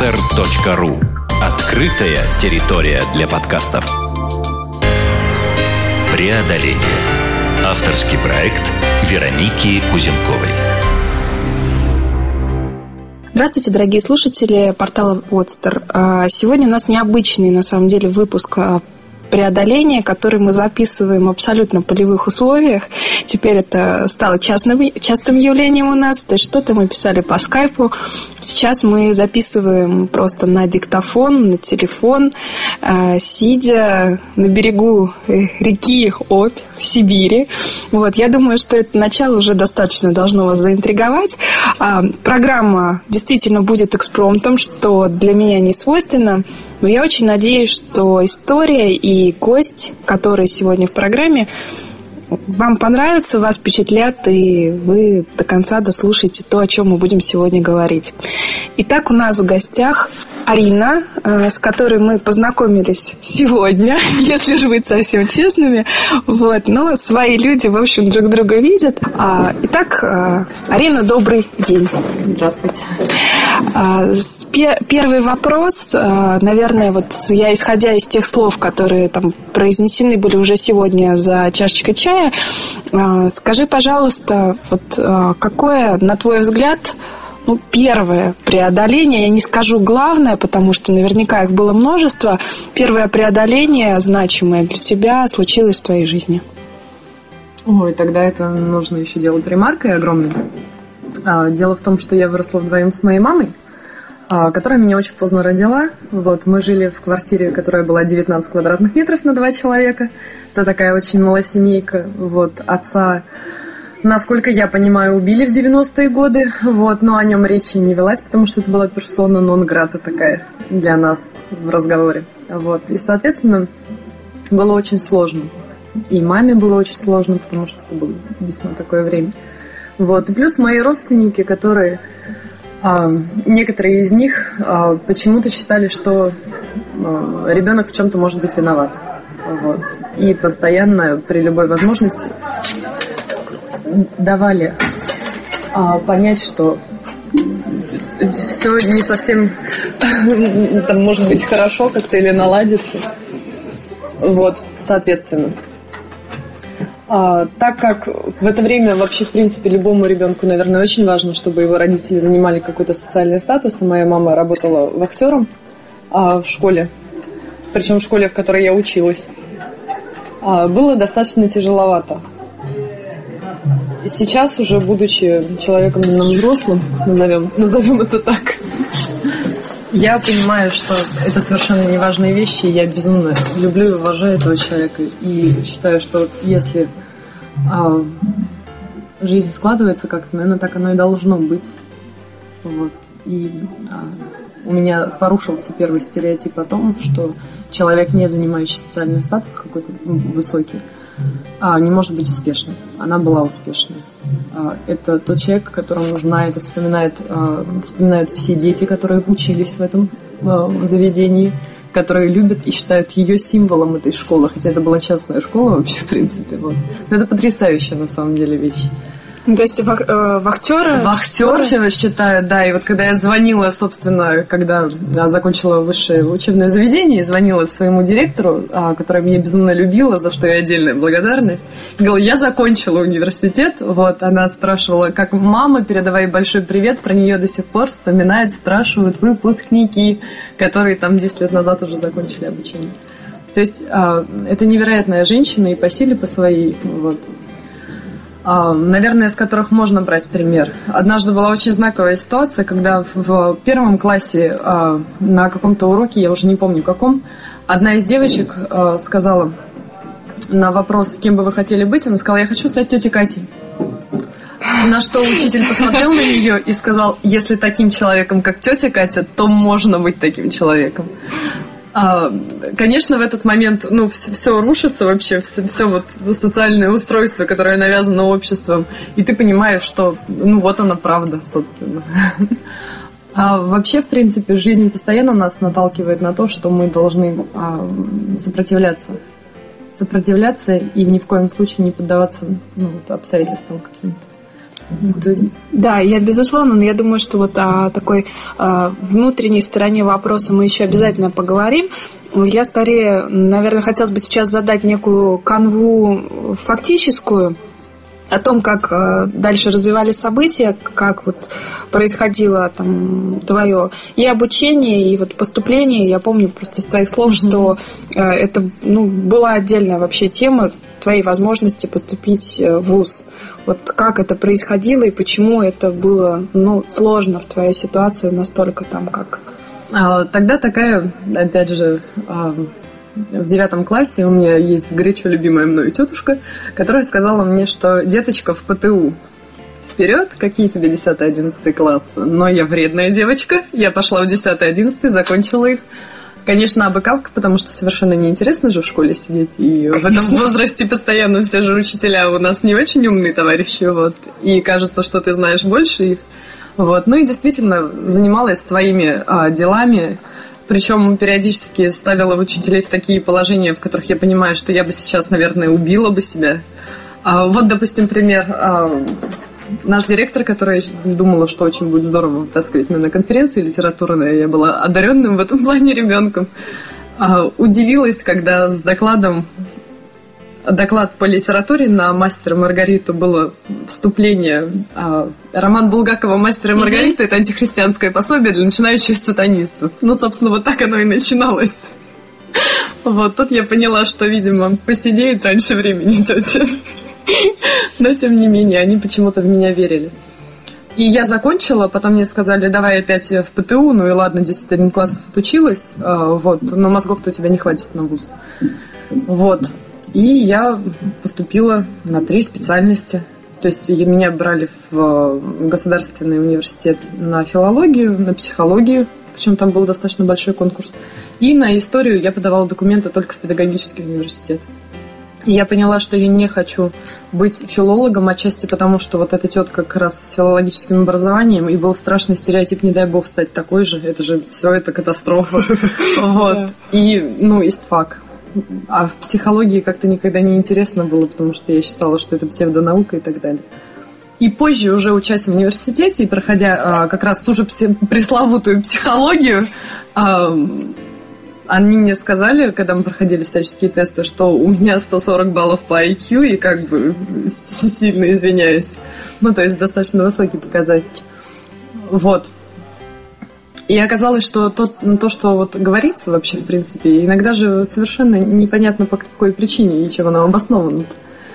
podster.ru. Открытая территория для подкастов. Преодоление. Авторский проект Вероники Кузенковой. Здравствуйте, дорогие слушатели портала Podster. Сегодня у нас необычный, на самом деле, выпуск преодоления, который мы записываем в абсолютно полевых условиях. Теперь это стало частым явлением у нас. То есть что-то мы писали по скайпу. Сейчас мы записываем просто на диктофон, на телефон, сидя на берегу реки Обь в Сибири. Вот. Я думаю, что это начало уже достаточно должно вас заинтриговать. Программа действительно будет экспромтом, что для меня не свойственно. Но я очень надеюсь, что история и гость, которые сегодня в программе, вам понравятся, вас впечатлят, и вы до конца дослушаете то, о чем мы будем сегодня говорить. Итак, у нас в гостях Арина, с которой мы познакомились сегодня, если же быть совсем честными. Вот. Но свои люди, в общем, друг друга видят. Итак, Арина, добрый день. Здравствуйте. Первый вопрос, наверное, вот я, исходя из тех слов, которые там произнесены были уже сегодня за чашечкой чая, скажи, пожалуйста, вот какое, на твой взгляд, первое преодоление, я не скажу главное, потому что наверняка их было множество, первое преодоление, значимое для тебя, случилось в твоей жизни? Ой, тогда это нужно еще делать ремаркой огромной. Дело в том, что я выросла вдвоем с моей мамой, которая меня очень поздно родила. Вот, мы жили в квартире, которая была 19 квадратных метров на 2 человека. Это такая очень малосемейка. Вот, отца, насколько я понимаю, убили в 90-е годы. Вот, но о нем речи не велась, потому что это была персона нон-грата такая для нас в разговоре. Вот, и, соответственно, было очень сложно. И маме было очень сложно, потому что это было весьма такое время. Вот. И плюс мои родственники, которые, некоторые из них почему-то считали, что ребенок в чем-то может быть виноват. Вот. И постоянно, при любой возможности, давали понять, что все не совсем там может быть хорошо как-то или наладится. Вот, соответственно. Так как в это время вообще, в принципе, любому ребенку, наверное, очень важно, чтобы его родители занимали какой-то социальный статус. И моя мама работала вахтером в школе, причем в школе, в которой я училась. Было достаточно тяжеловато. Сейчас уже, будучи человеком взрослым, назовем это так, я понимаю, что это совершенно неважные вещи, и я безумно люблю и уважаю этого человека. И считаю, что если жизнь складывается как-то, наверное, так оно и должно быть. Вот. И у меня порушился первый стереотип о том, что человек, не занимающий социальный статус какой-то высокий, не может быть успешным. Она была успешной. Это тот человек, которого знает и вспоминают все дети, которые учились в этом заведении, которые любят и считают ее символом этой школы, хотя это была частная школа вообще, в принципе. Вот. Но это потрясающая, на самом деле, вещь. То есть вахтеры? Вахтеры, считаю, да. И вот когда я звонила, собственно, когда я закончила высшее учебное заведение, звонила своему директору, которая меня безумно любила, за что ей отдельная благодарность. Говорила, я закончила университет. Вот, она спрашивала, как мама, передавай большой привет, про нее до сих пор вспоминают, спрашивают выпускники, которые там 10 лет назад уже закончили обучение. То есть это невероятная женщина и по силе, по своей, вот. Наверное, из которых можно брать пример. Однажды была очень знаковая ситуация, когда в первом классе на каком-то уроке, я уже не помню каком, одна из девочек сказала на вопрос, с кем бы вы хотели быть, она сказала, я хочу стать тетей Катей. На что учитель посмотрел на нее и сказал, если таким человеком, как тетя Катя, то можно быть таким человеком. Конечно, в этот момент, все рушится вообще, все вот социальное устройство, которое навязано обществом, и ты понимаешь, что, вот она правда, собственно. А вообще, в принципе, жизнь постоянно нас наталкивает на то, что мы должны сопротивляться и ни в коем случае не поддаваться обстоятельствам каким-то. Да, я безусловно, но я думаю, что вот о такой внутренней стороне вопроса мы еще обязательно поговорим. Я скорее, наверное, хотелось бы сейчас задать некую канву фактическую о том, как дальше развивались события, как вот происходило там твое и обучение, и вот поступление. Я помню просто из твоих слов, что это была отдельная вообще тема твоей возможности поступить в вуз. Вот как это происходило и почему это было сложно в твоей ситуации настолько там как? Тогда такая, опять же, в 9 классе у меня есть горячо любимая мною тетушка, которая сказала мне, что деточка в ПТУ. Вперед, какие тебе 10-11 класс? Но я вредная девочка, я пошла в 10-11, закончила их. Конечно, абы как, потому что совершенно неинтересно же в школе сидеть. И в этом возрасте постоянно все же учителя у нас не очень умные товарищи. Вот. И кажется, что ты знаешь больше их. Вот. Ну и действительно занималась своими делами. Причем периодически ставила учителей в такие положения, в которых я понимаю, что я бы сейчас, наверное, убила бы себя. Вот, допустим, пример. Наш директор, которая думала, что очень будет здорово втаскивать меня на конференции литературные, я была одаренным в этом плане ребенком, удивилась, когда с доклад по литературе на «Мастера и Маргариту» было вступление. Роман Булгакова «Мастер и Маргарита» — это антихристианское пособие для начинающих сатанистов. Собственно, вот так оно и начиналось. Вот, тут я поняла, что, видимо, посидеет раньше времени тетя. Но, тем не менее, они почему-то в меня верили. И я закончила, потом мне сказали, давай опять в ПТУ, и ладно, 10-11 классов отучилась, вот, но мозгов-то у тебя не хватит на вуз. Вот. И я поступила на 3 специальности. То есть меня брали в государственный университет на филологию, на психологию, причем там был достаточно большой конкурс. И на историю я подавала документы только в педагогический университет. И я поняла, что я не хочу быть филологом, отчасти потому, что вот эта тетка как раз с филологическим образованием, и был страшный стереотип, не дай бог стать такой же, это же все, это катастрофа. Вот. И, истфак. А в психологии как-то никогда не интересно было, потому что я считала, что это псевдонаука и так далее. И позже, уже учась в университете и проходя как раз ту же пресловутую психологию, они мне сказали, когда мы проходили всяческие тесты, что у меня 140 баллов по IQ, и как бы сильно извиняюсь. То есть достаточно высокий показатель. Вот. И оказалось, что то, что вот говорится вообще, в принципе, иногда же совершенно непонятно, по какой причине и чем оно обосновано.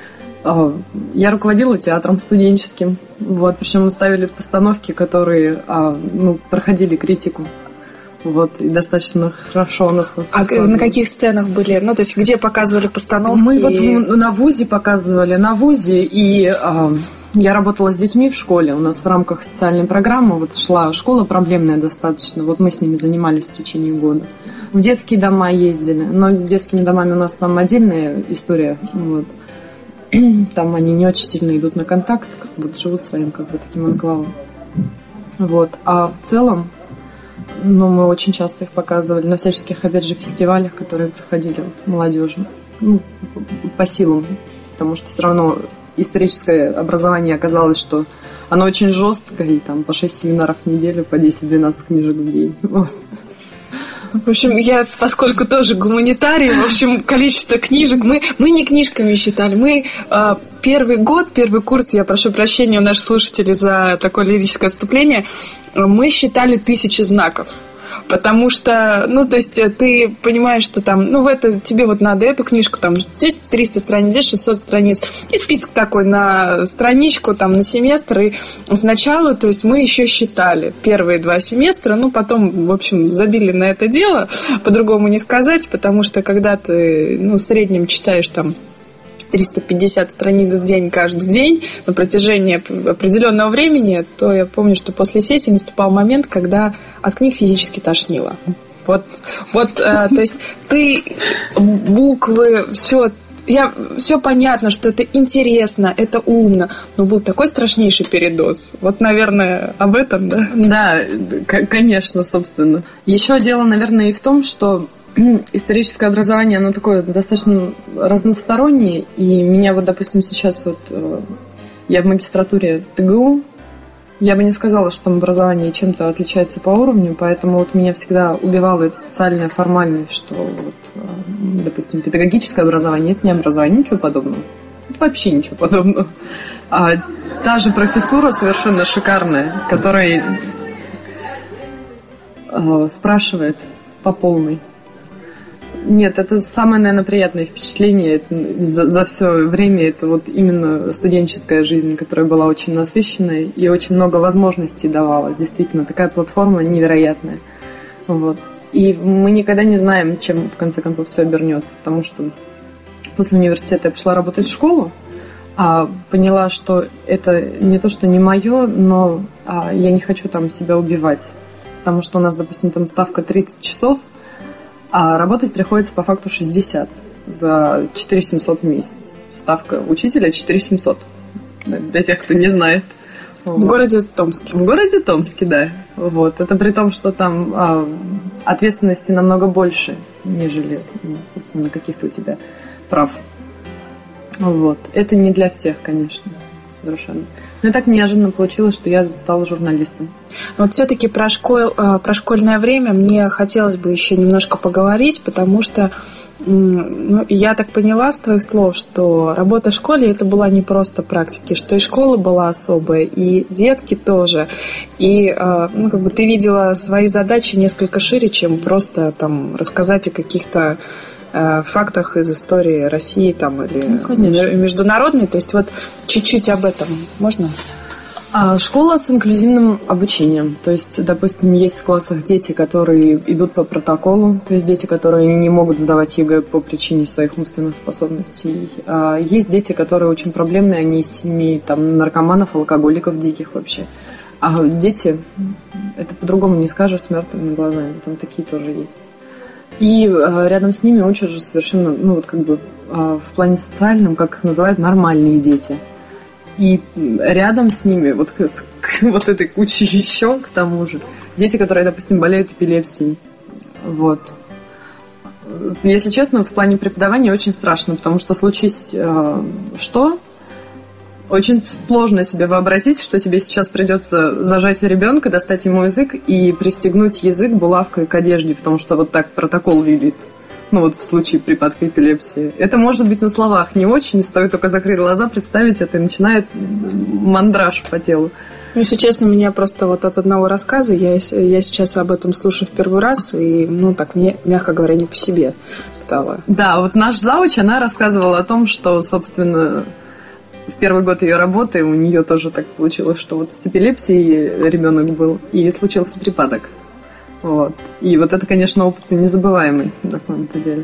Я руководила театром студенческим, вот, причем мы ставили постановки, которые проходили критику. Вот, и достаточно хорошо у нас там все складывалось. На каких сценах были? То есть, где показывали постановки? Мы вот на ВУЗе показывали, и я работала с детьми в школе. У нас в рамках социальной программы вот шла школа проблемная достаточно. Вот мы с ними занимались в течение года. В детские дома ездили, но с детскими домами у нас там отдельная история. Вот. Там они не очень сильно идут на контакт, вот живут своим таким анклавом. Вот. А в целом, мы очень часто их показывали на всяческих, опять же, фестивалях, которые проходили молодежи. По силам. Потому что все равно историческое образование оказалось, что оно очень жесткое, и там по 6 семинаров в неделю, по 10-12 книжек в день. Вот. В общем, я, поскольку тоже гуманитарий, в общем, количество книжек мы не книжками считали. Мы первый курс, я прошу прощения у наших слушателей за такое лирическое отступление, мы считали 1000 знаков. Потому что, то есть ты понимаешь, что там, тебе вот надо эту книжку, там, здесь 300 страниц, здесь 600 страниц. И список такой на страничку, там, на семестр. И сначала, то есть мы еще считали первые 2 семестра, потом, в общем, забили на это дело, по-другому не сказать, потому что когда ты, в среднем читаешь там 350 страниц в день каждый день на протяжении определенного времени, то я помню, что после сессии наступал момент, когда от книг физически тошнило. Вот, то есть ты, буквы, все понятно, что это интересно, это умно, но был такой страшнейший передоз. Вот, наверное, об этом, да? Да, конечно, собственно. Еще дело, наверное, и в том, что историческое образование, оно такое достаточно разностороннее, и меня вот, допустим, сейчас вот Я в магистратуре ТГУ. Я бы не сказала, что там образование чем-то отличается по уровню, поэтому вот меня всегда убивала эта социальная формальность, что вот, допустим, педагогическое образование – это не образование, ничего подобного. Это вообще ничего подобного. А та же профессура совершенно шикарная, которая спрашивает по полной. Нет, это самое, наверное, приятное впечатление за все время. Это вот именно студенческая жизнь, которая была очень насыщенной и очень много возможностей давала. Действительно, такая платформа невероятная. Вот. И мы никогда не знаем, чем в конце концов все обернется, потому что после университета я пошла работать в школу, поняла, что это не то, что не мое, но я не хочу там себя убивать. Потому что у нас, допустим, там ставка 30 часов, а работать приходится по факту 60 за 4700 в месяц. Ставка учителя 4700. Для тех, кто не знает. В городе Томске. В городе Томске, да. Вот. Это при том, что там ответственности намного больше, нежели, собственно, каких-то у тебя прав. Вот. Это не для всех, конечно, совершенно. Но так неожиданно получилось, что я стала журналистом. Вот все-таки про школьное время мне хотелось бы еще немножко поговорить, потому что я так поняла с твоих слов, что работа в школе это была не просто практики, что и школа была особая, и детки тоже. И как бы ты видела свои задачи несколько шире, чем просто там рассказать о каких-то фактах из истории России там, или международной. То есть вот чуть-чуть об этом можно? Школа с инклюзивным обучением. То есть, допустим, есть в классах дети, которые идут по протоколу, то есть дети, которые не могут сдавать ЕГЭ по причине своих умственных способностей. Есть дети, которые очень проблемные, они из семей там, наркоманов, алкоголиков диких вообще. А дети, это по-другому не скажешь, с мертвыми глазами, там такие тоже есть. И рядом с ними учат же совершенно, в плане социальном, как их называют, нормальные дети. И рядом с ними, вот этой кучей еще, к тому же, дети, которые, допустим, болеют эпилепсией. Вот. Если честно, в плане преподавания очень страшно, потому что случись очень сложно себе вообразить, что тебе сейчас придется зажать ребенка, достать ему язык и пристегнуть язык булавкой к одежде, потому что вот так протокол велит. В случае припадка эпилепсии. Это может быть на словах не очень, стоит только закрыть глаза, представить это, и начинает мандраж по телу. Если честно, меня просто вот от одного рассказа, я сейчас об этом слушаю в первый раз, и, так мне, мягко говоря, не по себе стало. Да, вот наш завуч, она рассказывала о том, что, собственно, в первый год ее работы у нее тоже так получилось, что вот с эпилепсией ребенок был, и случился припадок. Вот. И вот это, конечно, опыт незабываемый на самом-то деле.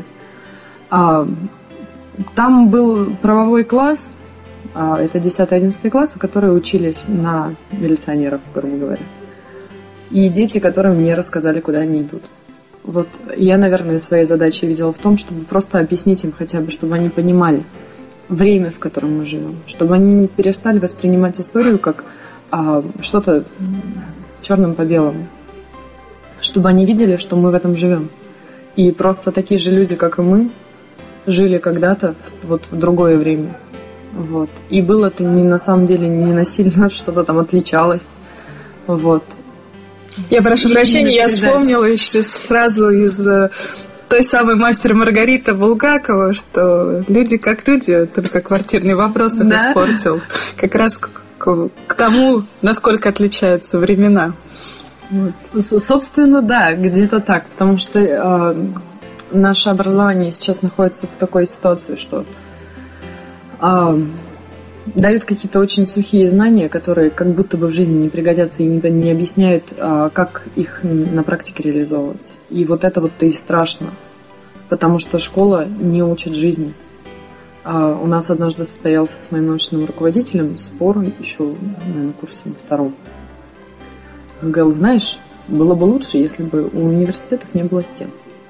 Там был правовой класс, это 10-11 классы, которые учились на милиционеров, грубо говоря. И дети, которым не рассказали, куда они идут. Вот я, наверное, своей задачей видела в том, чтобы просто объяснить им хотя бы, чтобы они понимали время, в котором мы живем. Чтобы они не перестали воспринимать историю как что-то черным по белому. Чтобы они видели, что мы в этом живем. И просто такие же люди, как и мы, жили когда-то в другое время. Вот. И было это на самом деле не насильно, что-то там отличалось. Вот. Я прошу прощения, я вспомнила еще фразу из той самой «Мастер Маргарита» Булгакова, что люди как люди, только квартирный вопрос их испортил. Как раз к тому, насколько отличаются времена. Вот. Собственно, да, где-то так, потому что наше образование сейчас находится в такой ситуации, что дают какие-то очень сухие знания, которые как будто бы в жизни не пригодятся и не объясняют, как их на практике реализовывать. И вот это вот-то и страшно, потому что школа не учит жизни. У нас однажды состоялся с моим научным руководителем спор еще на курсе на втором. Он говорил, знаешь, было бы лучше, если бы у университетов не было стен.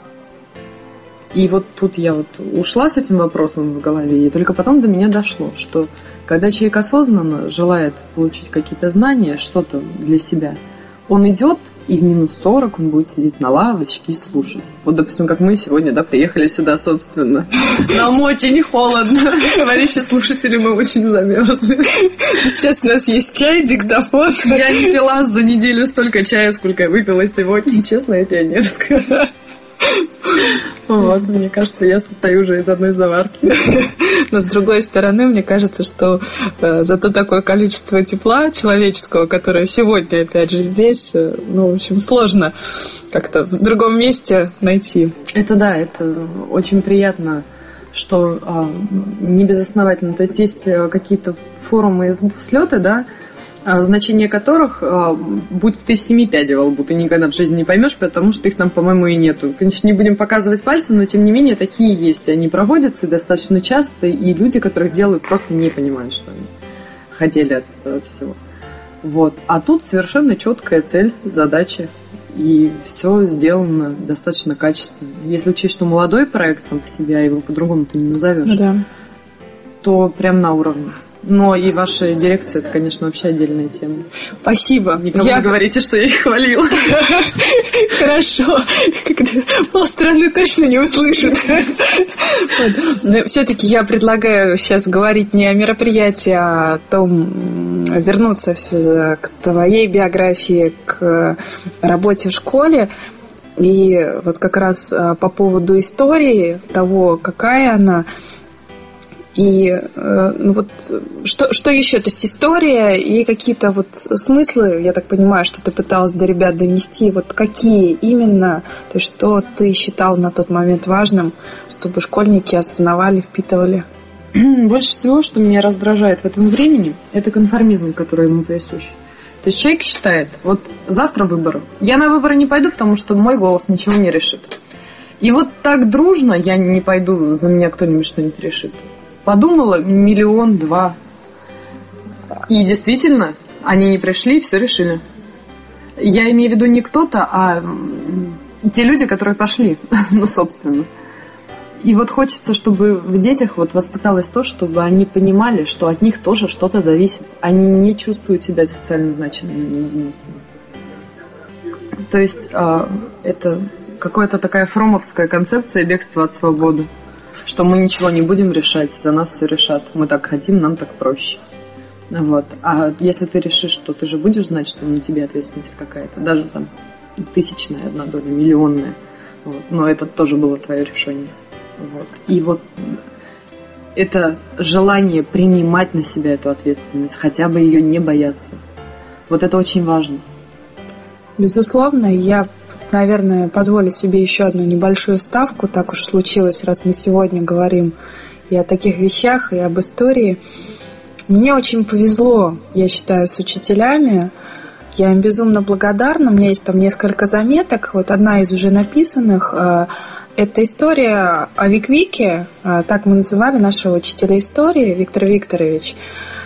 И вот тут я ушла с этим вопросом в голове, и только потом до меня дошло, что когда человек осознанно желает получить какие-то знания, что-то для себя, он идет и в минус 40 он будет сидеть на лавочке и слушать. Вот, допустим, как мы сегодня, да, приехали сюда, собственно. Нам очень холодно. Товарищи слушатели, мы очень замерзли. Сейчас у нас есть чай, диктофон. Я не пила за неделю столько чая, сколько я выпила сегодня. Честно, я пионерская. Вот, мне кажется, я состою уже из одной заварки. Но с другой стороны, мне кажется, что зато такое количество тепла человеческого, которое сегодня, опять же, здесь, ну, в общем, сложно как-то в другом месте найти. Это да, это очень приятно, что не безосновательно. То есть какие-то форумы из взлета, да, значение которых будет из 7 пядей во лбу. Ты никогда в жизни не поймешь, потому что их там, по-моему, и нету. Конечно, не будем показывать пальцем, но тем не менее такие есть. Они проводятся достаточно часто, и люди, которых делают, просто не понимают, что они хотели от всего. Вот. А тут совершенно четкая цель, задача, и все сделано достаточно качественно. Если учесть, что молодой проект сам по себе, а его по-другому ты не назовешь, да, то прям на уровне. Но и ваша дирекция, это, конечно, вообще отдельная тема. Спасибо. Никому не говорите, что я их хвалила. Хорошо. Полстраны точно не услышат. Но все-таки я предлагаю сейчас говорить не о мероприятии, а о том, вернуться к твоей биографии, к работе в школе. И вот как раз по поводу истории, того, какая она. И ну вот что еще? То есть история и какие-то вот смыслы, я так понимаю, что ты пыталась до ребят донести. Вот какие именно? То есть что ты считал на тот момент важным, чтобы школьники осознавали, впитывали? Больше всего, что меня раздражает в этом времени, это конформизм, который ему присущ. То есть человек считает, вот завтра выборы. Я на выборы не пойду, потому что мой голос ничего не решит. И вот так дружно я не пойду, за меня кто-нибудь что-нибудь решит. Подумала, 1-2 миллиона. И действительно, они не пришли, все решили. Я имею в виду не кто-то, а те люди, которые пошли. Ну, собственно. И вот хочется, чтобы в детях вот воспиталось то, чтобы они понимали, что от них тоже что-то зависит. Они не чувствуют себя социально значимыми единицами. То есть это какая-то такая фромовская концепция бегства от свободы. Что мы ничего не будем решать, за нас все решат. Мы так хотим, нам так проще. Вот. А если ты решишь, что ты же будешь знать, что на тебе ответственность какая-то, даже там 1000-я, 1 доля, миллионная. Вот. Но это тоже было твое решение. Вот. И вот это желание принимать на себя эту ответственность, хотя бы ее не бояться. Вот это очень важно. Безусловно, я, наверное, позволю себе еще одну небольшую вставку. Так уж случилось, раз мы сегодня говорим и о таких вещах, и об истории. Мне очень повезло, я считаю, с учителями. Я им безумно благодарна. У меня есть там несколько заметок. Вот одна из уже написанных. Это история о Вик-Вике. Так мы называли нашего учителя истории, Виктор Викторович.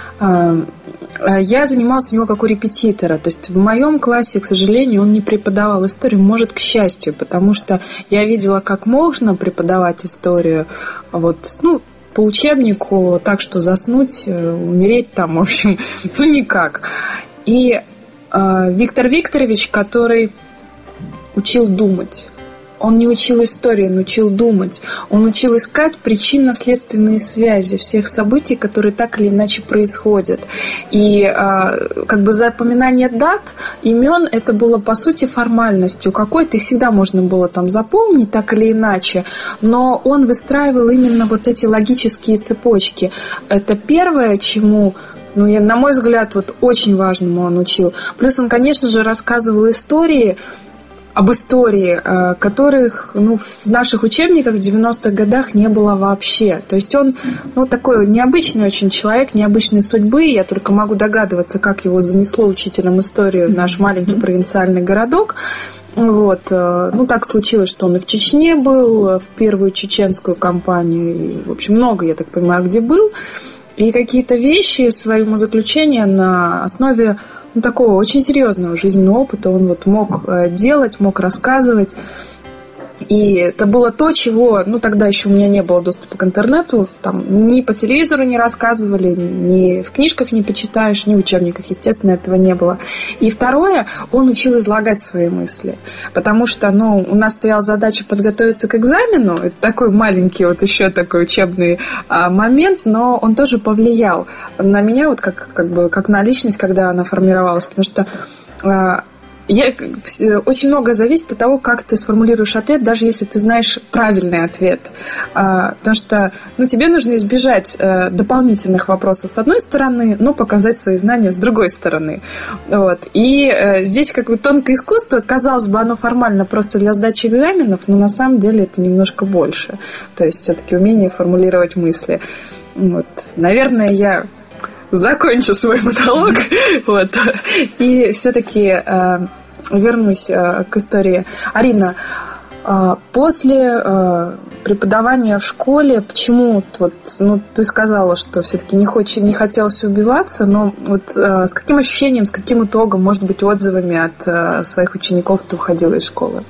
Я занималась у него как у репетитора. То есть в моем классе, к сожалению, он не преподавал историю. Может, к счастью, потому что я видела, как можно преподавать историю вот, ну, по учебнику, так что заснуть, умереть там, в общем, ну никак. И Виктор Викторович, который учил думать. Он не учил историю, он учил думать. Он учил искать причинно-следственные связи всех событий, которые так или иначе происходят. И как бы запоминание дат, имен, это было по сути формальностью какой-то. Их всегда можно было там запомнить так или иначе. Но он выстраивал именно вот эти логические цепочки. Это первое, чему... Ну, на мой взгляд, вот очень важному он учил. Плюс он, конечно же, рассказывал истории, об истории, которых в наших учебниках в 90-х годах не было вообще. То есть он такой необычный очень человек, необычной судьбы. Я только могу догадываться, как его занесло учителем истории в наш маленький провинциальный городок. Вот. Так случилось, что он и в Чечне был, в первую чеченскую кампанию. И, в общем, много, я так понимаю, где был. И какие-то вещи, свои умозаключения на основе такого очень серьезного жизненного опыта он вот мог делать, мог рассказывать. И это было то, чего, тогда еще у меня не было доступа к интернету, там ни по телевизору не рассказывали, ни в книжках не почитаешь, ни в учебниках, естественно, этого не было. И второе, он учил излагать свои мысли, потому что, у нас стояла задача подготовиться к экзамену, это такой маленький вот еще такой учебный момент, но он тоже повлиял на меня, вот как на личность, когда она формировалась, потому что очень многое зависит от того, как ты сформулируешь ответ, даже если ты знаешь правильный ответ. Потому что тебе нужно избежать дополнительных вопросов с одной стороны, но показать свои знания с другой стороны. Вот. И здесь как бы тонкое искусство, казалось бы, оно формально просто для сдачи экзаменов, но на самом деле это немножко больше. То есть все-таки умение формулировать мысли. Вот. Наверное, я закончу свой монолог. Вот. И все-таки вернусь к истории. Арина, после преподавания в школе, почему ты сказала, что все-таки не хотелось убиваться, но с каким ощущением, с каким итогом, может быть, отзывами от своих учеников ты уходила из школы?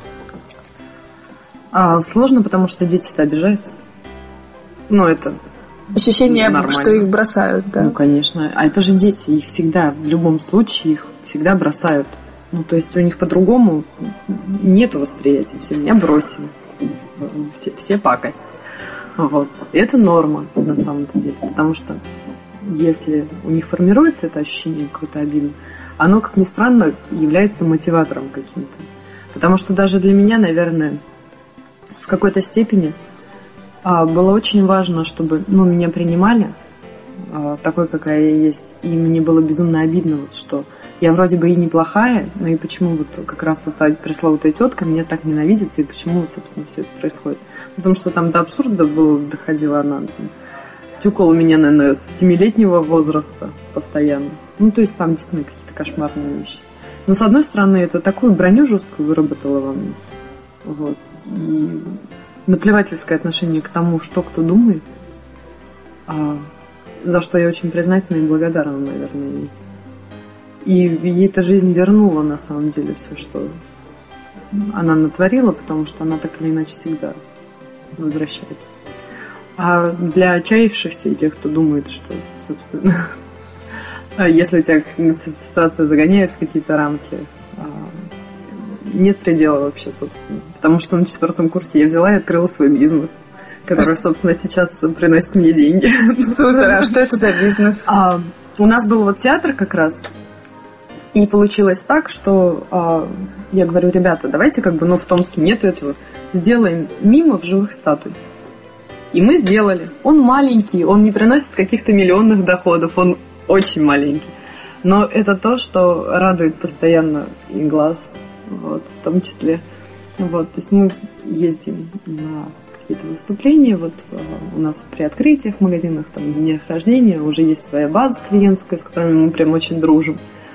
Сложно, потому что дети-то обижаются. Это ощущение, нормально. Что их бросают, да? Конечно. А это же дети, их всегда, в любом случае, их всегда бросают. То есть у них по-другому нету восприятия. Все меня бросили. Все пакость. Вот. И это норма на самом-то деле. Потому что если у них формируется это ощущение какой-то обиды, оно, как ни странно, является мотиватором каким-то. Потому что даже для меня, наверное, в какой-то степени было очень важно, чтобы меня принимали такой, какая я есть. И мне было безумно обидно, что я вроде бы и неплохая, но и почему как раз та пресловутая тетка меня так ненавидит, и почему, собственно, все это происходит. Потому что там до абсурда доходила она. Тюкала меня, наверное, с 7-летнего возраста постоянно. То есть там действительно какие-то кошмарные вещи. Но, с одной стороны, это такую броню жесткую выработала во мне. Вот. И наплевательское отношение к тому, что кто думает, за что я очень признательна и благодарна, наверное, ей. И ей эта жизнь вернула, на самом деле, все, что она натворила, потому что она так или иначе всегда возвращает. А для отчаявшихся и тех, кто думает, что, собственно, если тебя ситуация загоняет в какие-то рамки, нет предела вообще, собственно. Потому что на 4 курсе я взяла и открыла свой бизнес, который, собственно, сейчас приносит мне деньги. Супер, а что это за бизнес? У нас был театр как раз. И получилось так, что я говорю, ребята, давайте в Томске нету этого, сделаем мимо в живых статуй. И мы сделали. Он маленький, он не приносит каких-то миллионных доходов, он очень маленький. Но это то, что радует постоянно и глаз, в том числе. То есть мы ездим на какие-то выступления, у нас при открытиях в магазинах, днях рождения уже есть своя база клиентская, с которыми мы прям очень дружим.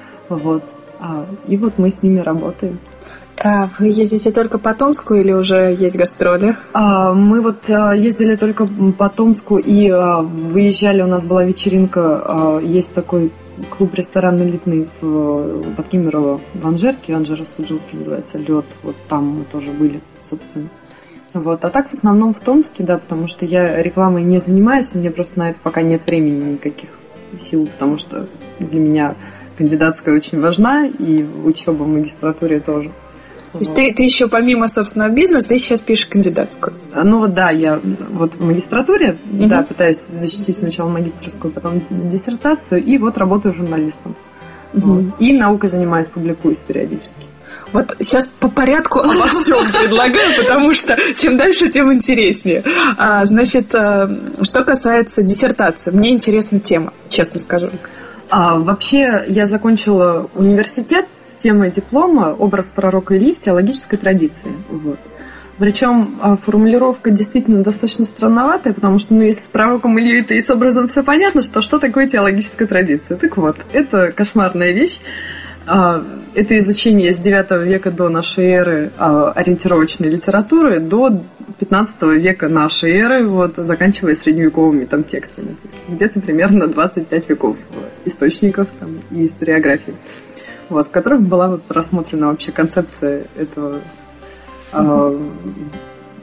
И мы с ними работаем. А вы ездите только по Томску или уже есть гастроли? Мы ездили только по Томску и выезжали, у нас была вечеринка, есть такой клуб-ресторан элитный под Кемерово в Анжерке, Анжеро-Судженский называется, «Лед», там мы тоже были, собственно. А так в основном в Томске, да, потому что я рекламой не занимаюсь, у меня просто на это пока нет времени никаких сил, потому что для меня кандидатская очень важна, и учеба в магистратуре тоже. То есть ты еще помимо собственного бизнеса, ты сейчас пишешь кандидатскую? Да, я в магистратуре, да, пытаюсь защитить сначала магистерскую, потом диссертацию, и работаю журналистом. И наукой занимаюсь, публикуюсь периодически. Сейчас по порядку обо всем предлагаю, потому что чем дальше, тем интереснее. Значит, что касается диссертации, мне интересна тема, честно скажу. Вообще, я закончила университет с темой диплома «Образ пророка Илии в теологической традиции». Причем формулировка действительно достаточно странноватая, потому что, если с пророком Ильей и с образом все понятно, что такое теологическая традиция. Так это кошмарная вещь. Это изучение с 9 века до нашей эры ориентировочной литературы до 15 века нашей эры, заканчивая средневековыми текстами. То есть где-то примерно 25 веков источников и историографии, в которых была рассмотрена вообще концепция этого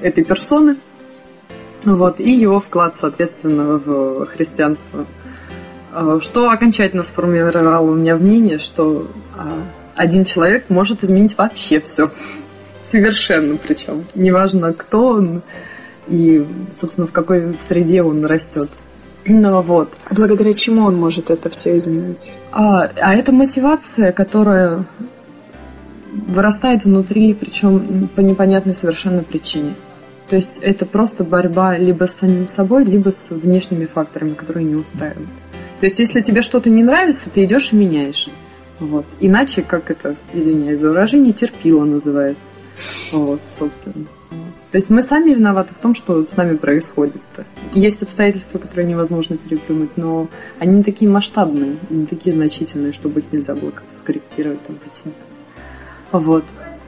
этой персоны, вот, и его вклад, соответственно, в христианство. Что окончательно сформировало у меня мнение, что один человек может изменить вообще все. Совершенно причем. Неважно, кто он и, собственно, в какой среде он растет. Ну, вот. Благодаря чему он может это все изменить? Это мотивация, которая вырастает внутри, причем по непонятной совершенно причине. То есть это просто борьба либо с самим собой, либо с внешними факторами, которые не устраивают. То есть если тебе что-то не нравится, ты идешь и меняешь. Вот. Иначе, как это, извиняюсь за выражение, терпило называется. Вот, собственно. То есть мы сами виноваты в том, что с нами происходит. Есть обстоятельства, которые невозможно переплюнуть, но они не такие масштабные, не такие значительные, чтобы их нельзя было как-то скорректировать там по себе. Вот.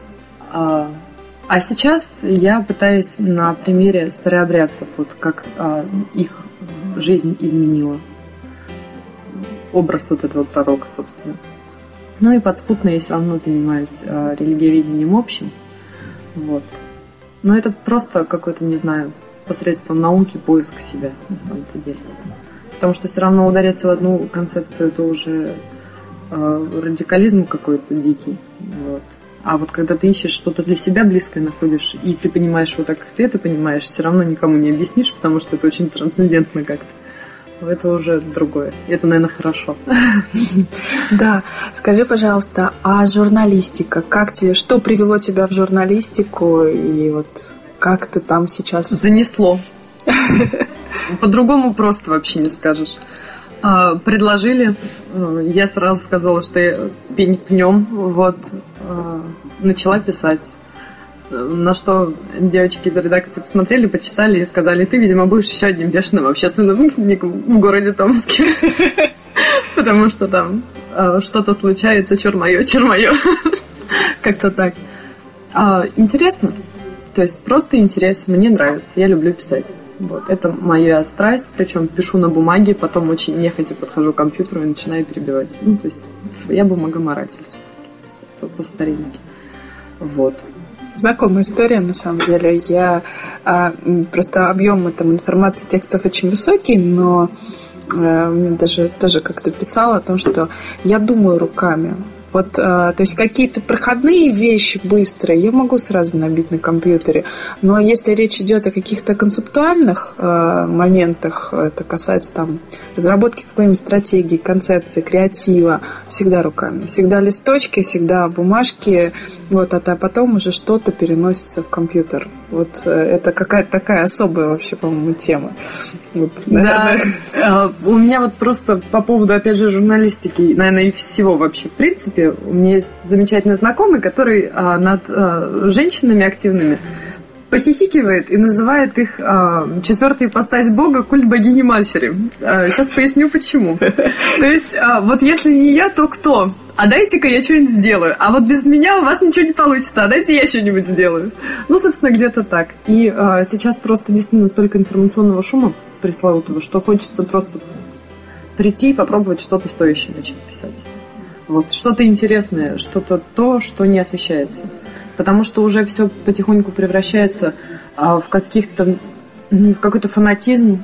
А сейчас я пытаюсь на примере старообрядцев, вот как их жизнь изменила. Образ вот этого пророка, собственно. Ну и подспутно я все равно занимаюсь религиоведением общим. Вот. Но это просто какой-то, не знаю, посредством науки поиск себя, на самом-то деле. Потому что все равно удариться в одну концепцию, это уже радикализм какой-то дикий. Вот. А вот когда ты ищешь что-то для себя близкое находишь, и ты понимаешь вот так, как ты это понимаешь, все равно никому не объяснишь, потому что это очень трансцендентно как-то. Это уже другое. И это, наверное, хорошо. Да. Скажи, пожалуйста, а журналистика? Как тебе, что привело тебя в журналистику? И вот как ты там сейчас... Занесло. По-другому просто вообще не скажешь. Предложили. Я сразу сказала, что я пень пнем. Вот. Начала писать. На что девочки из редакции посмотрели, почитали и сказали: ты, видимо, будешь еще одним бешеным общественным деятелем в городе Томске. Потому что там что-то случается, чур моё. Как-то так. Интересно. То есть просто интерес. Мне нравится. Я люблю писать. Вот. Это моя страсть. Причем пишу на бумаге, потом очень нехотя подхожу к компьютеру и начинаю перебивать. Ну, то есть я бумагоморатель по старинке. Вот. Знакомая история, на самом деле. Я просто объем там информации, текстов очень высокий, но даже тоже как-то писала о том, что я думаю руками. Вот, то есть какие-то проходные вещи быстрые я могу сразу набить на компьютере, но если речь идет о каких-то концептуальных моментах, это касается там разработки какой-нибудь стратегии, концепции, креатива, всегда руками, всегда листочки, всегда бумажки, вот, а потом уже что-то переносится в компьютер. Вот это какая-то такая особая вообще, по-моему, тема. Вот, наверное. Да, у меня вот просто по поводу, опять же, журналистики, наверное, и всего вообще, в принципе, у меня есть замечательный знакомый, который над женщинами активными похихикивает и называет их четвертая ипостась Бога, культ богини-матери. Сейчас поясню, почему. То есть, вот если не я, то кто? А дайте-ка я что-нибудь сделаю. А вот без меня у вас ничего не получится. А дайте я что-нибудь сделаю. Ну, собственно, где-то так. И сейчас просто действительно столько информационного шума пресловутого, что хочется просто прийти и попробовать что-то стоящее начать писать. Вот. Что-то интересное, что-то то, что не освещается. Потому что уже все потихоньку превращается в какой-то фанатизм.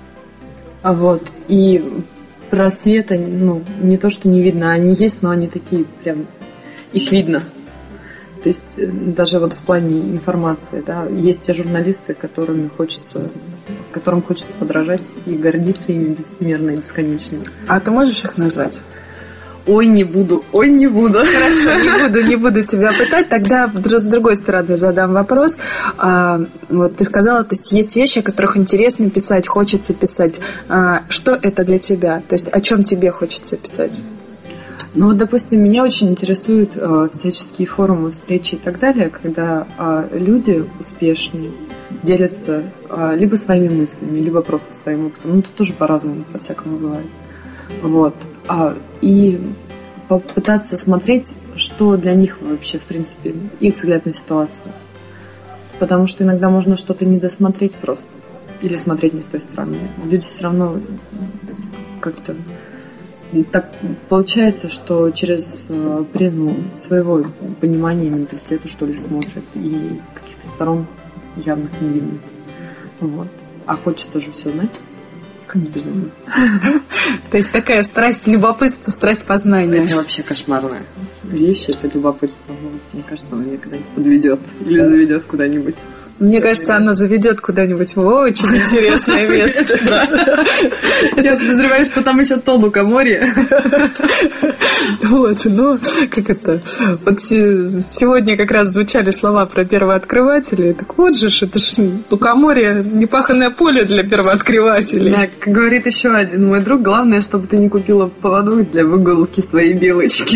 Вот. И просвета, не то, что не видно, они есть, но они такие прям, их видно. То есть даже вот в плане информации, да, есть те журналисты, которым хочется подражать и гордиться ими безмерно и бесконечно. А ты можешь их назвать? Ой, не буду. Хорошо, не буду тебя пытать. Тогда с другой стороны задам вопрос. Вот ты сказала, то есть есть вещи, о которых интересно писать, хочется писать. Что это для тебя? То есть о чем тебе хочется писать? Ну, вот, допустим, меня очень интересуют всяческие форумы, встречи и так далее, когда люди успешные делятся либо своими мыслями, либо просто своим опытом. Ну, тут тоже по-разному, по-всякому бывает. Вот. И попытаться смотреть, что для них вообще, в принципе, их взгляд на ситуацию. Потому что иногда можно что-то не досмотреть просто. Или смотреть не с той стороны. Люди все равно как-то... Так получается, что через призму своего понимания, менталитета, что ли, смотрят. И каких-то сторон явных невинных. Вот. А хочется же все знать. Конечно. То есть такая страсть любопытства, страсть познания. Это вообще кошмарная вещь, это любопытство. Мне кажется, оно меня когда-нибудь подведет или заведет куда-нибудь. Мне кажется, оно заведет куда-нибудь в очень интересное место. Я подозреваю, что там еще то лукоморье. Вот, ну, как это... Вот сегодня как раз звучали слова про первооткрывателей. Так вот же, это ж лукоморье, непаханное поле для первооткрывателей. Да, как говорит еще один мой друг, главное, чтобы ты не купила поводок для выгулки своей белочки.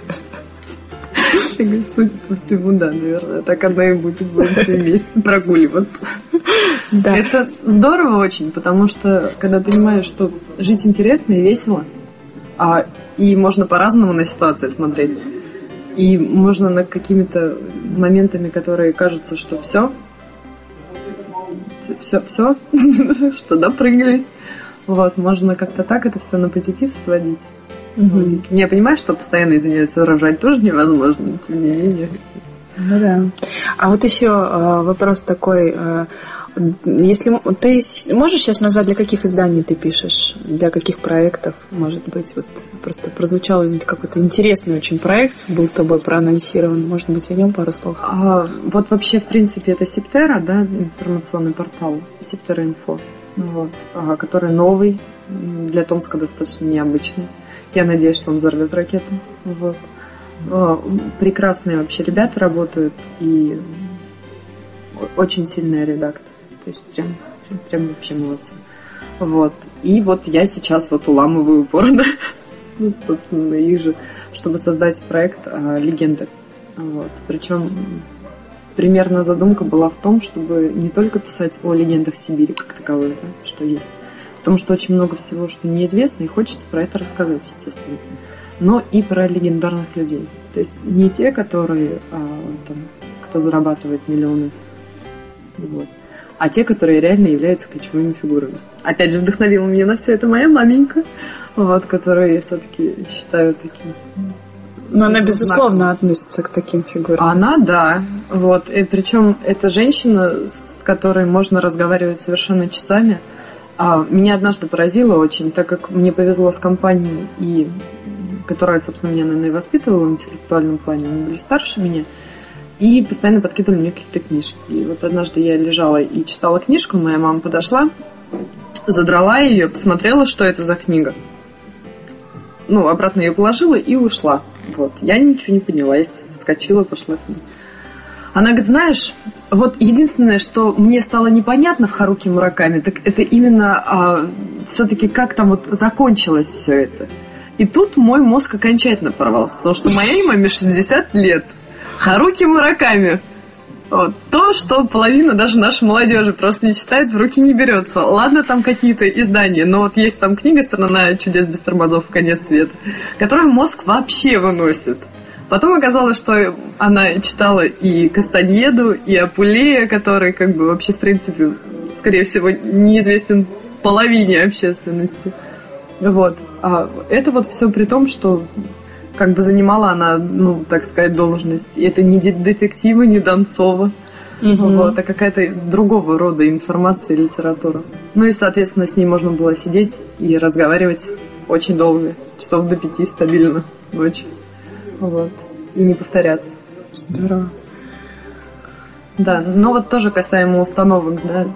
Судя по всему, да, наверное, так оно и будет. Будем все вместе прогуливаться. Да. Это здорово очень, потому что, когда понимаешь, что жить интересно и весело, и можно по-разному на ситуации смотреть, и можно над какими-то моментами, которые кажутся, что все, что допрыгались, вот, можно как-то так это все на позитив сводить. Mm-hmm. Я понимаю, что постоянно извиняются, рожать тоже невозможно, но тем не менее. Ну да. А вот еще вопрос такой. Если ты можешь сейчас назвать, для каких изданий ты пишешь? Для каких проектов? Может быть, вот просто прозвучал какой-то интересный очень проект, был тобой проанонсирован. Может быть, о нем пару слов? Вот вообще, в принципе, это Септера, да, информационный портал, Септера.инфо, вот, который новый, для Томска достаточно необычный. Я надеюсь, что он взорвет ракету. Вот. Прекрасные вообще ребята работают и очень сильная редакция. То есть прям вообще молодцы. Вот. И вот я сейчас вот уламываю упорно, собственно, их же, чтобы создать проект «Легенды». Вот. Причем примерно задумка была в том, чтобы не только писать о легендах Сибири как таковой, да, что есть, потому что очень много всего, что неизвестно, и хочется про это рассказать, естественно. Но и про легендарных людей. То есть не те, которые, кто зарабатывает миллионы, вот, а те, которые реально являются ключевыми фигурами. Опять же, вдохновила меня на все это моя маменька, вот, которую я все-таки считаю таким... Но она, безусловно, относится к таким фигурам. Она, да. Вот. И причем это женщина, с которой можно разговаривать совершенно часами. Меня однажды поразило очень, так как мне повезло с компанией, и которая, собственно, меня, наверное, и воспитывала в интеллектуальном плане. Они были старше меня и постоянно подкидывали мне какие-то книжки. И вот однажды я лежала и читала книжку, моя мама подошла, задрала ее, посмотрела, что это за книга. Ну, обратно ее положила и ушла. Вот. Я ничего не поняла, я соскочила, пошла к ней. Она говорит, знаешь, вот единственное, что мне стало непонятно в Харуки Мураками, так это именно все-таки как там вот закончилось все это. И тут мой мозг окончательно порвался, потому что моей маме 60 лет. Харуки Мураками. Вот. То, что половина даже нашей молодежи просто не читает, в руки не берется. Ладно, там какие-то издания, но вот есть там книга «Страна чудес без тормозов. Конец света», которую мозг вообще выносит. Потом оказалось, что она читала и Кастаньеду, и Апулея, который как бы вообще, в принципе, скорее всего, неизвестен половине общественности. Вот. А это вот все при том, что как бы занимала она, ну, так сказать, должность. И это не детективы, не Донцова, вот, а какая-то другого рода информация и литература. Ну и, соответственно, с ней можно было сидеть и разговаривать очень долго, часов до 5 стабильно ночью. Вот. И не повторяться. Здорово. Да, но вот тоже касаемо установок, да,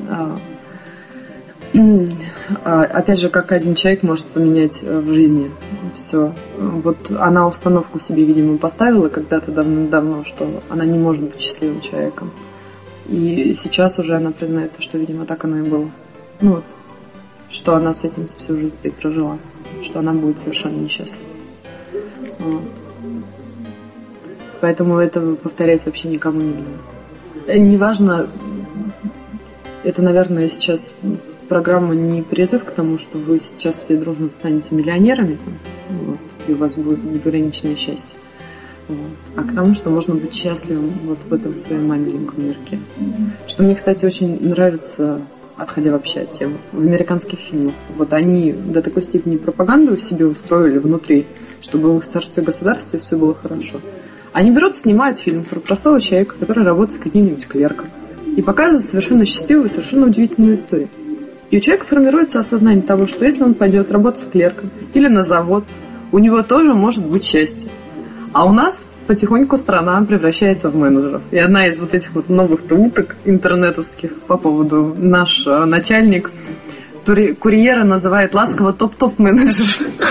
опять же, как один человек может поменять в жизни все. Вот она установку себе, видимо, поставила когда-то давно, что она не может быть счастливым человеком. И сейчас уже она признается, что, видимо, так оно и было. Ну вот, что она с этим всю жизнь и прожила, что она будет совершенно несчастлива. Вот. Поэтому этого повторять вообще никому не нужно. Неважно, это, наверное, сейчас программа не призыв к тому, что вы сейчас все дружно станете миллионерами, вот, и у вас будет безграничное счастье. Вот, а к тому, что можно быть счастливым вот в этом своем маленьком мирке. Что мне, кстати, очень нравится, отходя вообще от темы, в американских фильмах. Вот они до такой степени пропаганду в себе устроили внутри, чтобы в их царстве и государстве все было хорошо. Они берут, снимают фильм про простого человека, который работает каким-нибудь клерком. и показывает совершенно счастливую, совершенно удивительную историю. И у человека формируется осознание того, что если он пойдет работать клерком или на завод, у него тоже может быть счастье. А у нас потихоньку страна превращается в менеджеров. И одна из вот этих вот новых уток интернетовских по поводу наш начальник курьера называет ласково топ-топ-менеджер.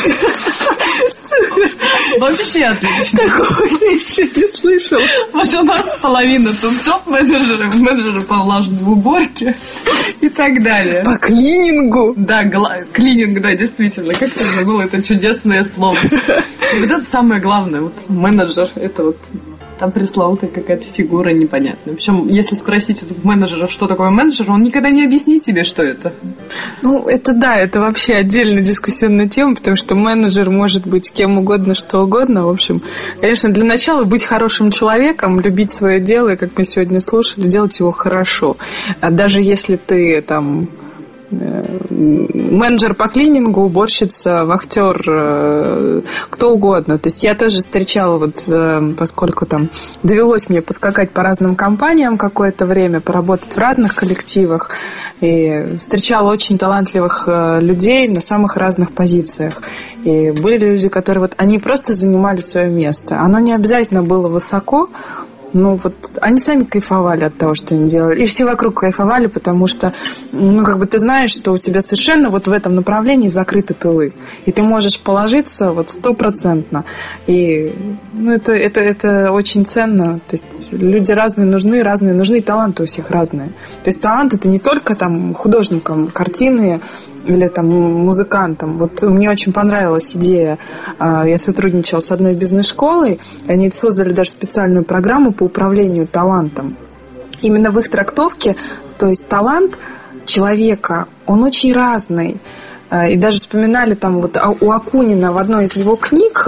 Вообще отлично. Такого я еще не слышала. Вот у нас половина топ-менеджеров, менеджеры по влажной уборке и так далее. По клинингу. Да, клининг, да, действительно. Как я забыла это чудесное слово. И вот это самое главное. Вот менеджер, это вот там пресловутая какая-то фигура непонятная. Причем, если спросить у менеджера, что такое менеджер, он никогда не объяснит тебе, что это. Ну, это да, это вообще отдельная дискуссионная тема, потому что менеджер может быть кем угодно, что угодно. В общем, конечно, для начала быть хорошим человеком, любить свое дело, и, как мы сегодня слушали, делать его хорошо. А даже если ты там менеджер по клинингу, уборщица, вахтер, кто угодно. То есть я тоже встречала, вот, поскольку там довелось мне поскакать по разным компаниям какое-то время, поработать в разных коллективах, и встречала очень талантливых людей на самых разных позициях. И были люди, которые вот, они просто занимали свое место. Оно не обязательно было высоко, ну, вот они сами кайфовали от того, что они делали. И все вокруг кайфовали, потому что, ну, как бы ты знаешь, что у тебя совершенно вот в этом направлении закрыты тылы. И ты можешь положиться вот 100%. И, ну, это очень ценно. То есть люди разные нужны, и таланты у всех разные. То есть талант — это не только там художникам картины или там музыкантам. Вот мне очень понравилась идея. Я сотрудничала с одной бизнес-школой. Они создали даже специальную программу по управлению талантом. Именно в их трактовке, то есть талант человека, он очень разный. И даже вспоминали там вот у Акунина в одной из его книг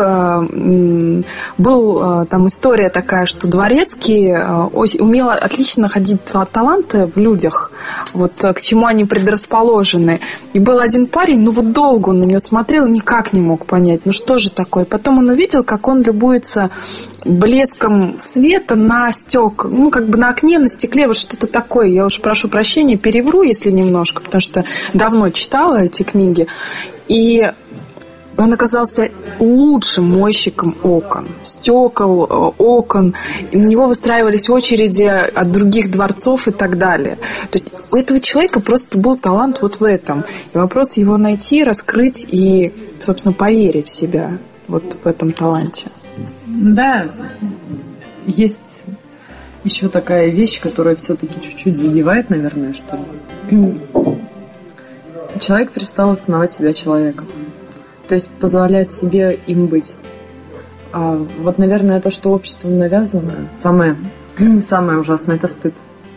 был там история такая, что Дворецкий умел отлично находить таланты в людях, вот к чему они предрасположены. И был один парень, ну вот долго он на него смотрел и никак не мог понять, ну что же такое. Потом он увидел, как он любуется блеском света на стеклах, ну как бы на окне, на стекле, вот что-то такое. Я уж прошу прощения, перевру, если немножко, потому что давно читала эти книги. И он оказался лучшим мойщиком окон, стекол, окон. И на него выстраивались очереди от других дворцов и так далее. То есть у этого человека просто был талант вот в этом. И вопрос его найти, раскрыть и, собственно, поверить в себя вот в этом таланте. Да, есть еще такая вещь, которая все-таки чуть-чуть задевает, наверное, что ли. Человек перестал осознавать себя человеком. То есть позволять себе им быть. А вот, наверное, то, что обществом навязано, самое ужасное — это стыд.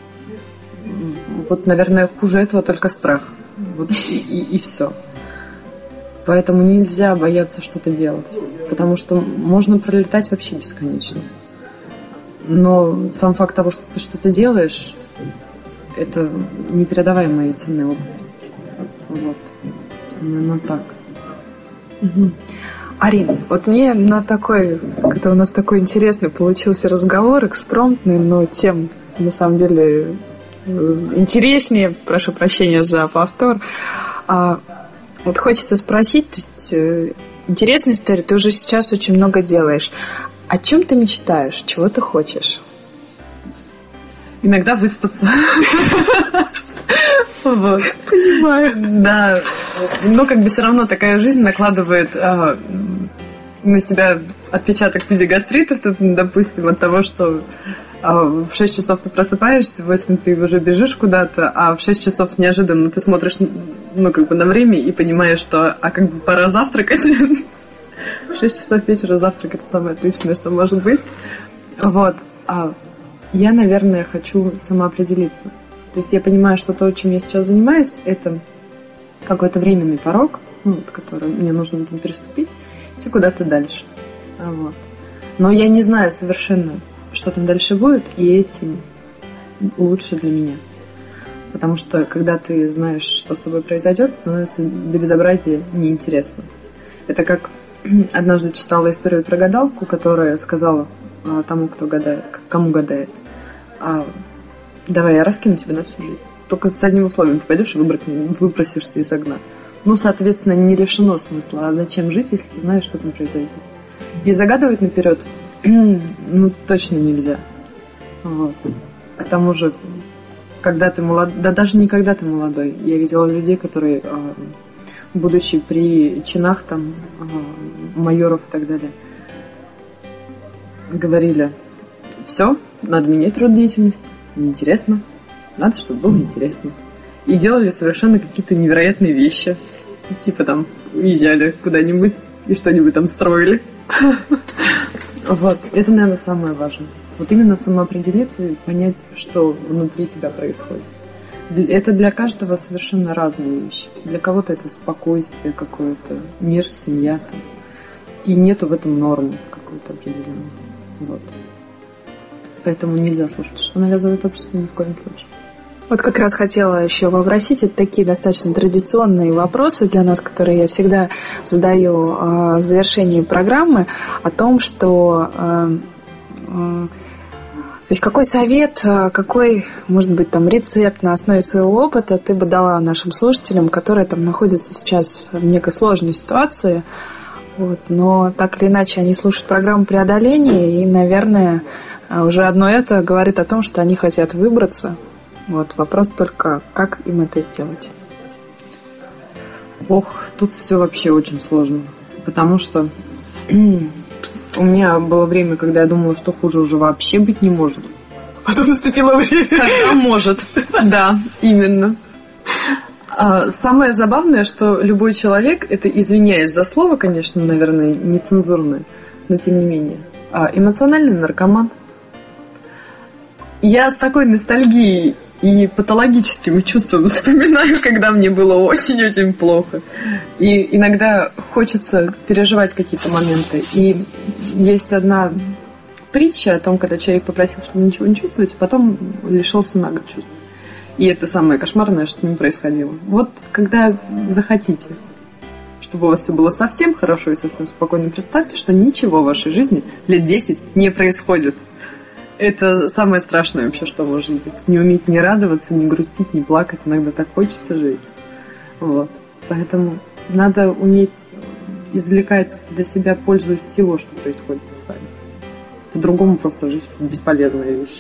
Вот, наверное, хуже этого только страх. Вот и все. Поэтому нельзя бояться что-то делать. Потому что можно пролетать вообще бесконечно. Но сам факт того, что ты что-то делаешь, это непередаваемый ценный опыт. Вот. Наверное, так. Угу. Арина, вот мне это у нас такой интересный получился разговор, экспромтный, но тем, на самом деле, интереснее, прошу прощения за повтор. Вот хочется спросить, то есть интересная история, ты уже сейчас очень много делаешь. О чем ты мечтаешь? Чего ты хочешь? Иногда выспаться. Вот. Понимаю. Да. Но как бы все равно такая жизнь накладывает на себя отпечаток в виде гастритов, допустим, от того, что в 6 часов ты просыпаешься, в 8 ты уже бежишь куда-то, а в 6 часов неожиданно ты смотришь, ну, как бы на время и понимаешь, что, как бы пора завтракать. В 6 часов вечера завтрак — это самое отличное, что может быть. Вот. Я, наверное, хочу самоопределиться. То есть я понимаю, что то, чем я сейчас занимаюсь, это какой-то временный порог, ну, который мне нужно там переступить, идти куда-то дальше. Вот. Но я не знаю совершенно, что там дальше будет, и этим лучше для меня. Потому что, когда ты знаешь, что с тобой произойдет, становится до безобразия неинтересно. Это как однажды читала историю про гадалку, которая сказала тому, кто гадает, кому гадает: давай я раскину тебя на всю жизнь. Только с одним условием: ты пойдешь и выпросишься из огня. Ну, соответственно, не лишено смысла. А зачем жить, если ты знаешь, что там произойдет? И загадывать наперед, ну, точно нельзя. Вот. К тому же, когда ты молодой, да даже не когда ты молодой. Я видела людей, которые, будучи при чинах там майоров и так далее, говорили: все, надо менять род деятельности, неинтересно, надо, чтобы было интересно. И делали совершенно какие-то невероятные вещи. Типа там уезжали куда-нибудь и что-нибудь там строили. Вот, это, наверное, самое важное. Вот именно самоопределиться и понять, что внутри тебя происходит. Это для каждого совершенно разные вещи. Для кого-то это спокойствие какое-то, мир, семья там. И нету в этом нормы какой-то определенной. Вот. Поэтому нельзя слушать, что навязывает общество, ни в коем случае. Вот как раз хотела еще вопросить, это такие достаточно традиционные вопросы для нас, которые я всегда задаю в завершении программы, о том, что то есть какой совет, какой, может быть, там рецепт на основе своего опыта ты бы дала нашим слушателям, которые там находятся сейчас в некой сложной ситуации, вот, но так или иначе они слушают программу преодоления, и, наверное, уже одно это говорит о том, что они хотят выбраться. Вот, вопрос только, как им это сделать? Ох, тут все вообще очень сложно, потому что у меня было время, когда я думала, что хуже уже вообще быть не может. Потом наступило время. Тогда может, да, именно. Самое забавное, что любой человек, это, извиняюсь за слово, конечно, наверное, нецензурное, но тем не менее, эмоциональный наркоман. Я с такой ностальгией и патологическим чувством вспоминаю, когда мне было очень-очень плохо. И иногда хочется переживать какие-то моменты. И есть одна притча о том, когда человек попросил, чтобы ничего не чувствовать, а потом лишился на год чувств. И это самое кошмарное, что не происходило. Вот когда захотите, чтобы у вас все было совсем хорошо и совсем спокойно, представьте, что ничего в вашей жизни лет 10 не происходит. Это самое страшное вообще, что может быть. Не уметь не радоваться, не грустить, не плакать. Иногда так хочется жить. Вот. Поэтому надо уметь извлекать для себя пользу из всего, что происходит с вами. По-другому просто жить бесполезная вещь.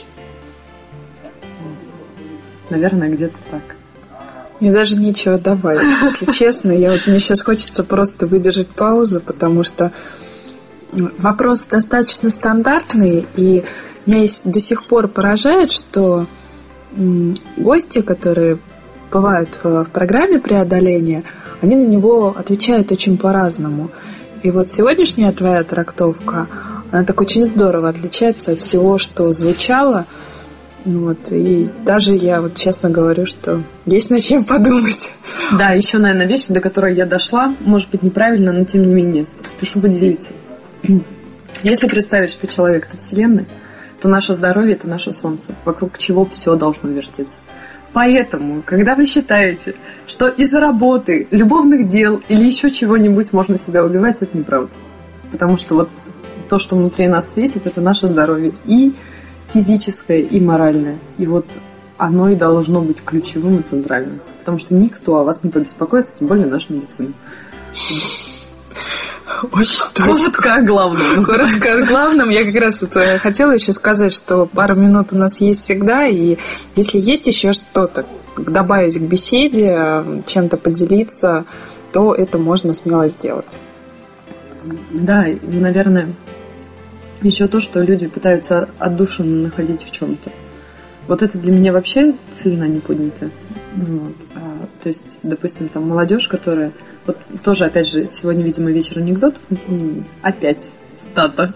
Наверное, где-то так. Мне даже нечего добавить, если честно. Мне сейчас хочется просто выдержать паузу, потому что вопрос достаточно стандартный, и меня до сих пор поражает, что гости, которые бывают в программе преодоления, они на него отвечают очень по-разному. И вот сегодняшняя твоя трактовка, она так очень здорово отличается от всего, что звучало. Вот, и даже я вот честно говорю, что есть над чем подумать. Да, еще, наверное, вещь, до которой я дошла, может быть, неправильно, но тем не менее, спешу поделиться. Если представить, что человек – это Вселенная, то наше здоровье – это наше солнце, вокруг чего все должно вертеться. Поэтому, когда вы считаете, что из-за работы, любовных дел или еще чего-нибудь можно себя убивать, это неправда. Потому что вот то, что внутри нас светит, это наше здоровье и физическое, и моральное. И вот оно и должно быть ключевым и центральным. Потому что никто о вас не побеспокоится, тем более наша медицина. Очень точно. Коротко о главном. Коротко о главном. Я как раз это хотела еще сказать, что пару минут у нас есть всегда, и если есть еще что-то добавить к беседе, чем-то поделиться, то это можно смело сделать. Да, и, наверное, еще то, что люди пытаются отдушину находить в чем-то. Вот это для меня вообще целина не поднята. Вот. То есть, допустим, там молодежь, которая... Вот тоже, опять же, сегодня, видимо, вечер анекдотов, но тем не менее. Опять цитата.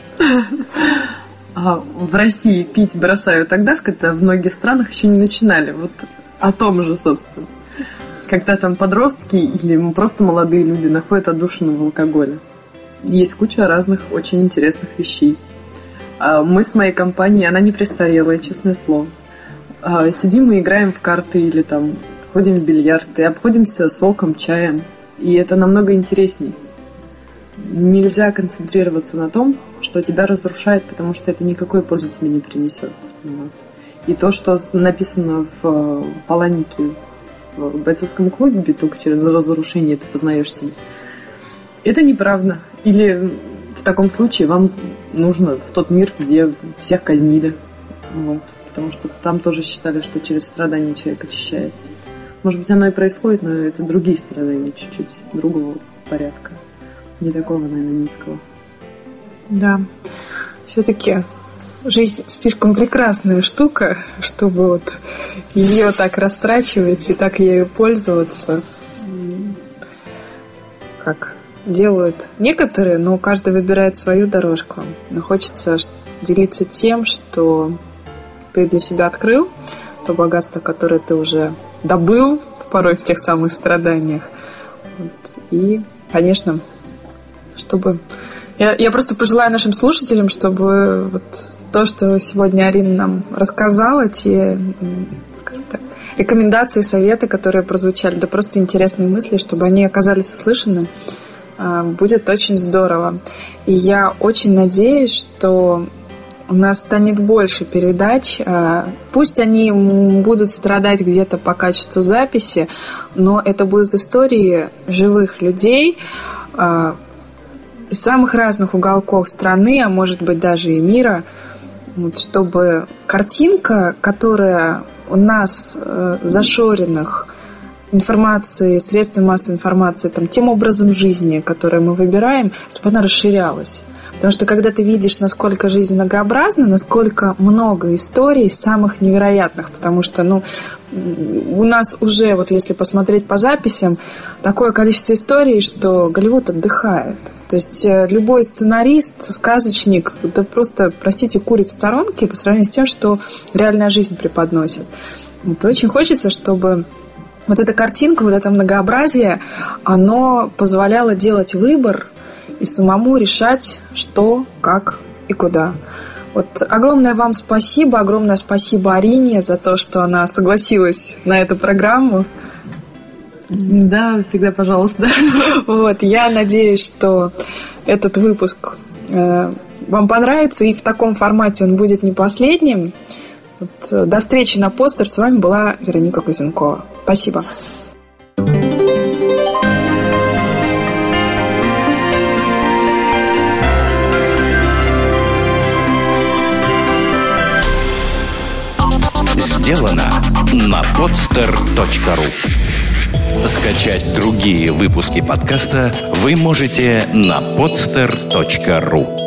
В России пить бросают тогда, когда в многих странах еще не начинали. Вот о том же, собственно. Когда там подростки или просто молодые люди находят отдушину в алкоголе. Есть куча разных очень интересных вещей. Мы с моей компанией, она не престарелая, честное слово. Сидим и играем в карты или там ходим в бильярд и обходимся соком, чаем. И это намного интересней. Нельзя концентрироваться на том, что тебя разрушает, потому что это никакой пользы тебе не принесет. Вот. И то, что написано в Паланике в бойцовском клубе, только через разрушение ты познаешь себя, это неправда. Или в таком случае вам нужно в тот мир, где всех казнили. Вот. Потому что там тоже считали, что через страдания человек очищается. Может быть, оно и происходит, но это другие страдания, чуть-чуть другого порядка. Не такого, наверное, низкого. Да. Все-таки жизнь слишком прекрасная штука, чтобы вот ее так растрачивать и так ею пользоваться, как делают некоторые, но каждый выбирает свою дорожку. Но хочется делиться тем, что ты для себя открыл, то богатство, которое ты уже добыл, порой в тех самых страданиях. Вот. И, конечно, чтобы... Я просто пожелаю нашим слушателям, чтобы вот то, что сегодня Арина нам рассказала, те, скажем так, рекомендации, советы, которые прозвучали, да просто интересные мысли, чтобы они оказались услышаны, будет очень здорово. И я очень надеюсь, что у нас станет больше передач. Пусть они будут страдать где-то по качеству записи, но это будут истории живых людей из самых разных уголков страны, а может быть даже и мира, вот, чтобы картинка, которая у нас зашоренных информации, средствами массовой информации, там, тем образом жизни, который мы выбираем, чтобы она расширялась. Потому что когда ты видишь, насколько жизнь многообразна, насколько много историй самых невероятных, потому что, у нас уже, вот если посмотреть по записям, такое количество историй, что Голливуд отдыхает. То есть любой сценарист, сказочник, да просто, простите, курит в сторонке по сравнению с тем, что реальная жизнь преподносит. Вот очень хочется, чтобы вот эта картинка, вот это многообразие, оно позволяло делать выбор и самому решать, что, как и куда. Вот огромное вам спасибо, огромное спасибо Арине за то, что она согласилась на эту программу. Да, всегда пожалуйста. Вот, я надеюсь, что этот выпуск вам понравится, и в таком формате он будет не последним. Вот, до встречи на Подстер. С вами была Вероника Кузенкова. Спасибо. Сделано на podster.ru. Скачать другие выпуски подкаста вы можете на podster.ru.